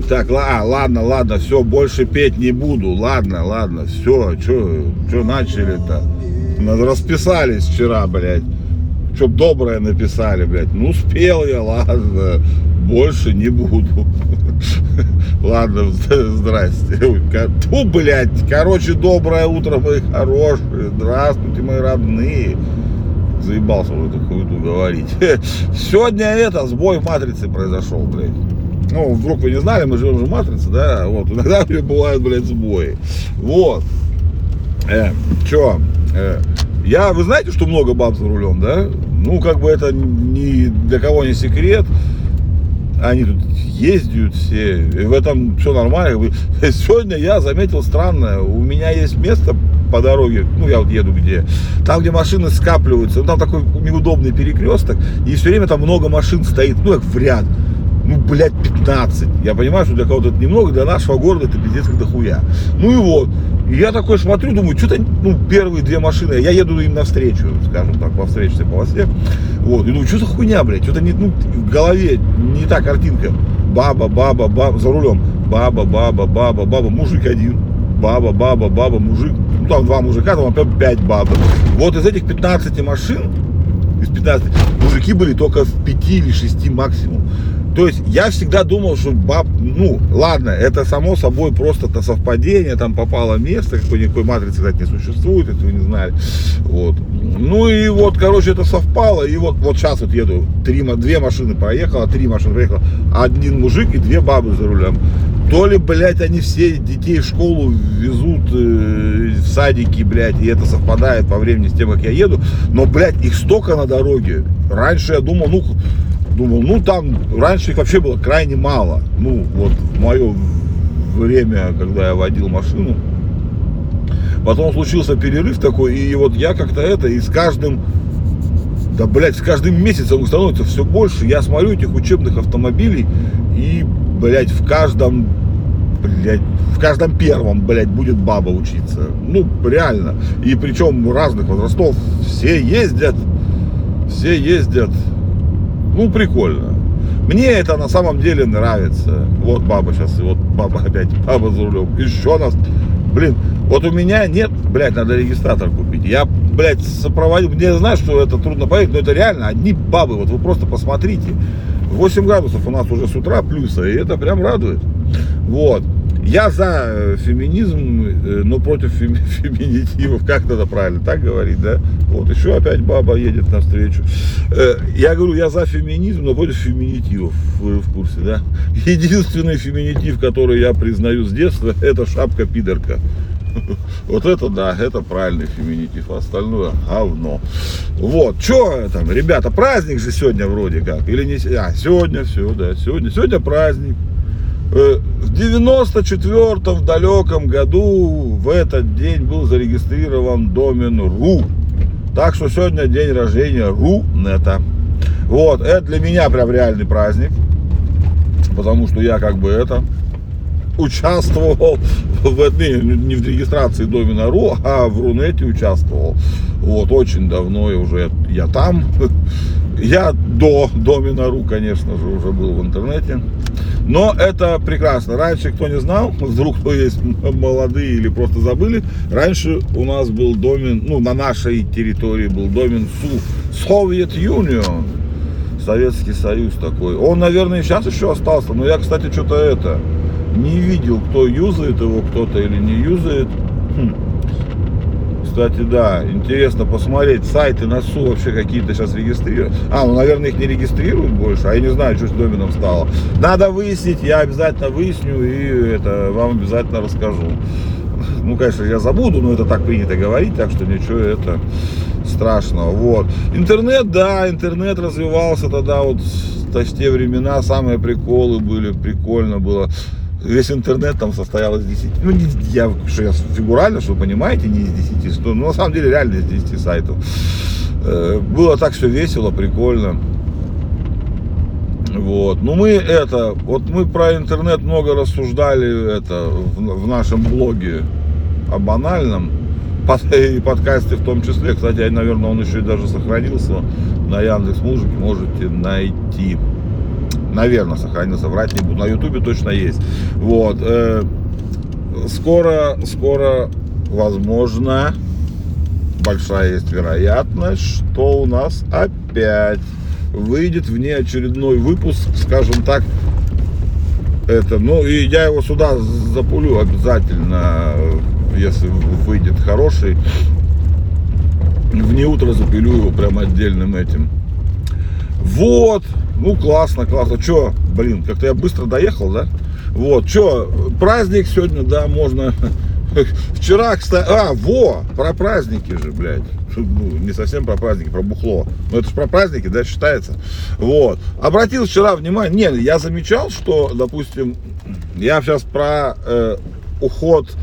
Так, ладно, все, больше петь не буду. Ладно, все, что начали-то? Расписались вчера, блядь. Чтоб доброе написали, блядь. Ну, спел я, ладно, больше не буду. Ладно, здрасте. Тьфу, блядь, короче, доброе утро, мои хорошие. Здравствуйте, мои родные. Заебался уже эту хуету говорить. Сегодня сбой в матрице произошел, блядь. Ну, вдруг вы не знали, мы живем же в матрице, да, вот, иногда бывают, блядь, сбои. Вот. Вы знаете, что много баб за рулем, да? Ну, как бы это ни для кого не секрет. Они тут ездят все, и в этом все нормально. Сегодня я заметил странное. У меня есть место по дороге, ну, я вот еду там, где машины скапливаются, ну, там такой неудобный перекресток, и все время там много машин стоит, ну, как в ряд. Ну, блядь, 15. Я понимаю, что для кого-то это немного, для нашего города это пиздец как дохуя. Ну и вот. И я такой смотрю, думаю, что-то, ну, первые две машины, я еду им навстречу, скажем так, по встречной полосе. Вот. И думаю, что за хуйня, блядь, что-то не, ну, в голове не та картинка. Баба, за рулем. Баба, мужик один. Баба, мужик. Ну, там два мужика, там опять 5 баб. Вот из этих 15 машин, из 15, мужики были только в 5 или 6 максимум. То есть я всегда думал, что ну ладно, это само собой просто совпадение, там попало место, никакой матрицы, кстати, не существует, если вы не знали. Вот. Ну и вот, короче, это совпало, и вот сейчас вот еду, 2 машины проехало, 3 машины проехало, один мужик и 2 бабы за рулем. То ли, блядь, они все детей в школу везут, в садики, блядь, и это совпадает по времени с тем, как я еду, но, блядь, их столько на дороге. Раньше я думал, ну там раньше их вообще было крайне мало. Ну вот в мое время, когда я водил машину, потом случился перерыв такой, и вот я как-то и с каждым месяцем их становится все больше. Я смотрю этих учебных автомобилей, и, блядь, в каждом первом, блядь, будет баба учиться. Ну, реально. И причем разных возрастов. Все ездят. Ну, прикольно. Мне это на самом деле нравится. Вот баба сейчас, вот баба опять, баба за рулем. Еще нас, блин, вот у меня нет, блядь, надо регистратор купить. Я, блядь, сопроводил, мне знаю, что это трудно поверить, но это реально одни бабы. Вот вы просто посмотрите. 8 градусов у нас уже с утра плюса, и это прям радует. Вот. Я за феминизм, но против феминитивов. Как надо правильно так говорить, да? Вот еще опять баба едет навстречу. Я говорю, я за феминизм, но против феминитивов. Вы в курсе, да? Единственный феминитив, который я признаю с детства, это шапка-пидорка. Вот это да, это правильный феминитив, а остальное говно. Вот, что там, ребята, праздник же сегодня вроде как, или не? Сегодня все, да, сегодня праздник. В 94-м далеком году в этот день был зарегистрирован домен .ru. Так что сегодня день рождения Рунета. Вот, это для меня прям реальный праздник. Потому что я как бы участвовал не в регистрации домена .ru, а в Рунете участвовал. Вот, очень давно я там. Я до домена .ru, конечно же, уже был в интернете. Но это прекрасно. Раньше, кто не знал, вдруг кто есть молодые или просто забыли, раньше у нас был домен, ну, на нашей территории был домен Soviet Union. Советский Союз такой. Он, наверное, сейчас еще остался, но я, кстати, что-то не видел, кто юзает его, кто-то или не юзает. Кстати, да, интересно посмотреть, сайты на СУ вообще какие-то сейчас регистрируют. Ну, наверное, их не регистрируют больше, а я не знаю, что с доменом стало. Надо выяснить, я обязательно выясню и вам обязательно расскажу. Ну, конечно, я забуду, но это так принято говорить, так что ничего страшного. Вот. Интернет, да, интернет развивался тогда вот в те времена, самые приколы были, прикольно было. Весь интернет там состоял из 10, ну, я фигурально, что вы понимаете, не из 10, но на самом деле реально из 10 сайтов. Было так все весело, прикольно. Вот, ну мы про интернет много рассуждали в нашем блоге о банальном, и подкасте в том числе. Кстати, наверное, он еще и даже сохранился на Яндекс.Музыке, можете найти. Наверное, сохранился, врать не буду. На ютубе точно есть. Вот. Скоро, возможно, большая есть вероятность, что у нас опять выйдет внеочередной выпуск, скажем так, ну и я его сюда запулю обязательно, если выйдет хороший, вне утра запилю его прям отдельным этим. Вот, ну классно, Че, блин, как-то я быстро доехал, да? Вот, праздник сегодня, да, можно. Вчера, кстати, про праздники же, блядь. Ну, не совсем про праздники, про бухло. Но это же про праздники, да, считается. Вот. Обратил вчера внимание, я замечал, что, допустим, я сейчас про уход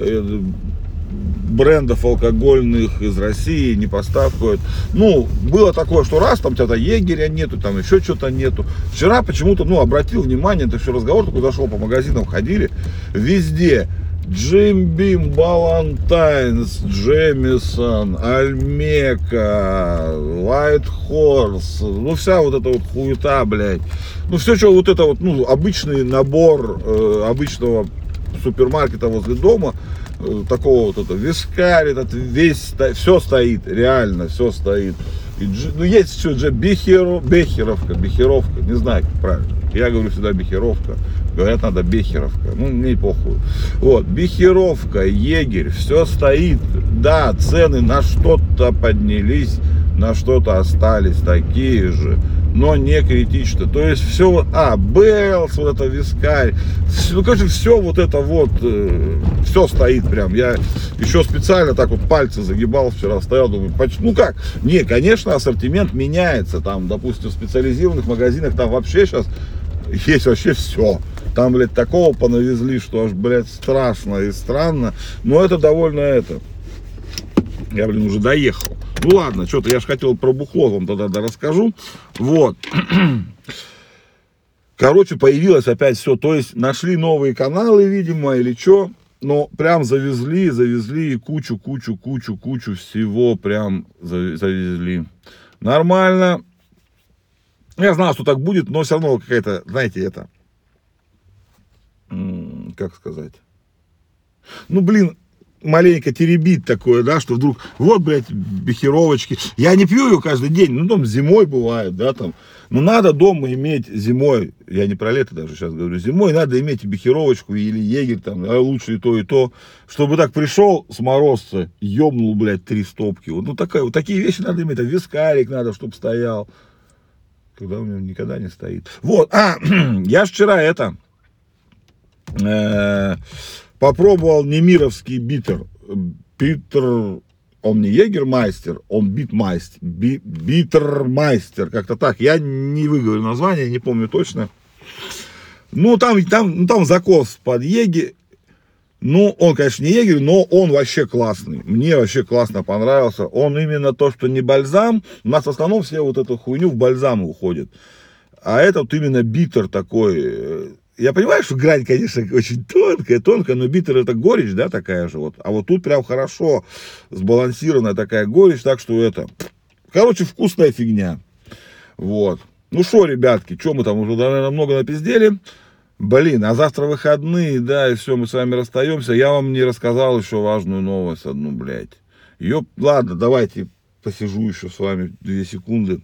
брендов алкогольных из России, не поставку. Ну, было такое, что раз, там что-то егеря нету, там еще что-то нету. Вчера почему-то, обратил внимание, это все разговор такой зашел, по магазинам ходили, везде Джим Бим, Балантайнс, Джемисон, Альмека, White Horse, вся вот эта вот хуета, блядь. Все, что вот это вот, обычный набор обычного супермаркета возле дома, такого вот вискарь, этот весь, все стоит, реально все стоит. Есть еще бехеровка, не знаю, как правильно. Я говорю всегда бехеровка, говорят, надо бехеровка, мне и похуй. Вот, бехеровка, егерь, все стоит. Да, цены на что-то поднялись, на что-то остались такие же, но не критично. То есть все, Беллс, вот это вискарь, все вот это вот, все стоит прям. Я еще специально так вот пальцы загибал вчера, стоял, думаю, конечно, ассортимент меняется. Там, допустим, в специализированных магазинах там вообще сейчас есть вообще все. Там, блядь, такого понавезли, что аж, блядь, страшно и странно. Но это довольно Я, уже доехал. Ладно, что-то я же хотел про бухло вам тогда расскажу. Вот. Короче, появилось опять все. То есть нашли новые каналы, видимо, или что. Но прям завезли и кучу всего прям завезли. Нормально. Я знал, что так будет, но все равно какая-то, знаете, как сказать. Маленько теребит такое, да, что вдруг, вот, блядь, бехеровочки. Я не пью ее каждый день, там зимой бывает, да, там. Но надо дома иметь зимой, я не про лето даже сейчас говорю, зимой надо иметь и бехеровочку или егерь, там, а лучше и то, чтобы так пришел с морозца, ёбнул, блядь, 3 стопки. Вот такие вещи надо иметь, вискарик надо, чтобы стоял. Когда у меня никогда не стоит. Вот, я ж вчера попробовал немировский битер. Он не егермайстер, он битермайстер, как-то так. Я не выговорю название, не помню точно. Там закос под егерь. Он, конечно, не егерь, но он вообще классный. Мне вообще классно понравился. Он именно то, что не бальзам. У нас в основном все вот эту хуйню в бальзамы уходит. А этот именно битер такой. Я понимаю, что грань, конечно, очень тонкая, но битер это горечь, да, такая же вот. А вот тут прям хорошо сбалансированная такая горечь, так что короче, вкусная фигня. Вот. Что, ребятки, что мы там уже, наверное, много напиздели. Блин, а завтра выходные, да, и все, мы с вами расстаемся. Я вам не рассказал еще важную новость одну, блядь. Ладно, давайте посижу еще с вами 2 секунды.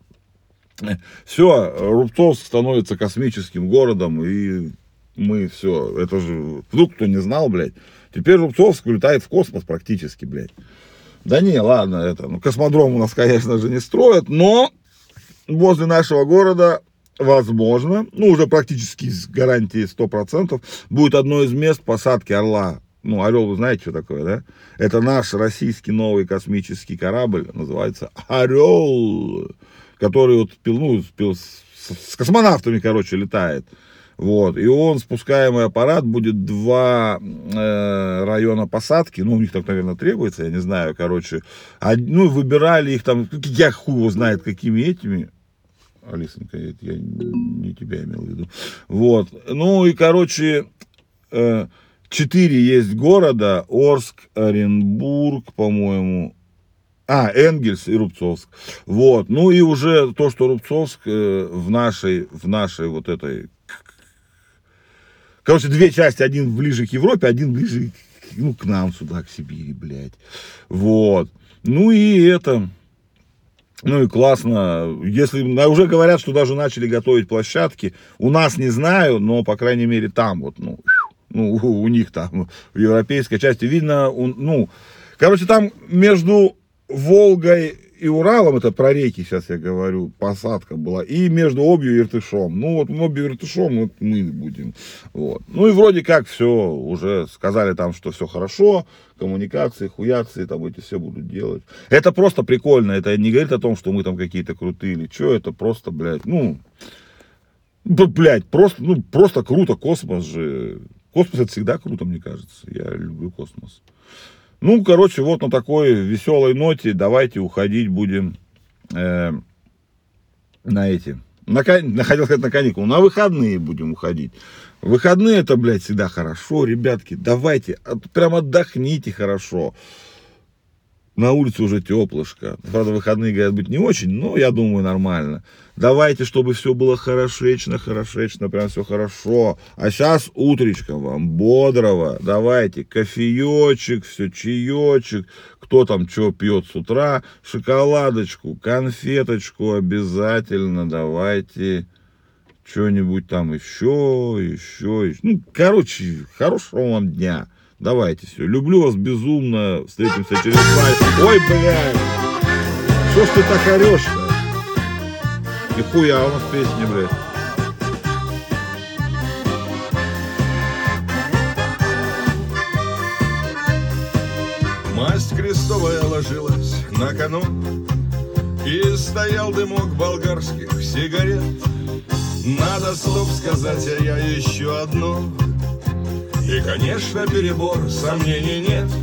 Все, Рубцовск становится космическим городом, и мы все, это же, вдруг кто не знал, блядь. Теперь Рубцовск улетает в космос практически, блядь. Да не, ладно, космодром у нас, конечно же, не строят, но возле нашего города, возможно, уже практически с гарантией 100%, будет одно из мест посадки Орла. Орел, вы знаете, что такое, да? Это наш российский новый космический корабль, называется Орел, который с космонавтами, короче, летает. Вот. И спускаемый аппарат будет 2 района посадки. У них так, наверное, требуется, я не знаю, короче. Выбирали их там, я хуй его знает, какими этими. Алисонька, я не тебя имел в виду. Вот. Короче, 4 есть города. Орск, Оренбург, по-моему. Энгельс и Рубцовск. Вот. Ну и уже то, что Рубцовск в нашей вот этой... Короче, две части. Один ближе к Европе, один ближе к нам сюда, к Сибири, блядь. Вот. Ну и это... Ну и классно. Если уже говорят, что даже начали готовить площадки. У нас не знаю, но, по крайней мере, там вот, у них там, в европейской части, видно, короче, там между Волгой и Уралом, это про реки сейчас я говорю, посадка была, и между Обью и Иртышом. Ну вот Обью и Иртышом вот мы будем. Вот. Ну и вроде как все, уже сказали там, что все хорошо, коммуникации, хуяции, там эти все будут делать. Это просто прикольно, это не говорит о том, что мы там какие-то крутые или что, это просто, блядь, просто круто, космос же. Космос это всегда круто, мне кажется. Я люблю космос. Ну, короче, вот на такой веселой ноте давайте уходить будем на хотел сказать на каникулы, на выходные будем уходить. Выходные это, блядь, всегда хорошо, ребятки, давайте, прям отдохните хорошо. На улице уже теплышко. Правда, выходные, говорят, быть не очень, но я думаю, нормально. Давайте, чтобы все было хорошечно, прям все хорошо. А сейчас утречком вам бодрого. Давайте, кофеечек, все, чаечек. Кто там что пьет с утра. Шоколадочку, конфеточку обязательно. Давайте что-нибудь там еще. Ну, короче, хорошего вам дня. Давайте, все. Люблю вас безумно. Встретимся через 2. Ой, блядь. Что ж ты так орешь-то? Нихуя у нас песни, блядь. Масть крестовая ложилась на кону, и стоял дымок болгарских сигарет. Надо стоп сказать, а я еще одну. И, конечно, перебор, сомнений нет.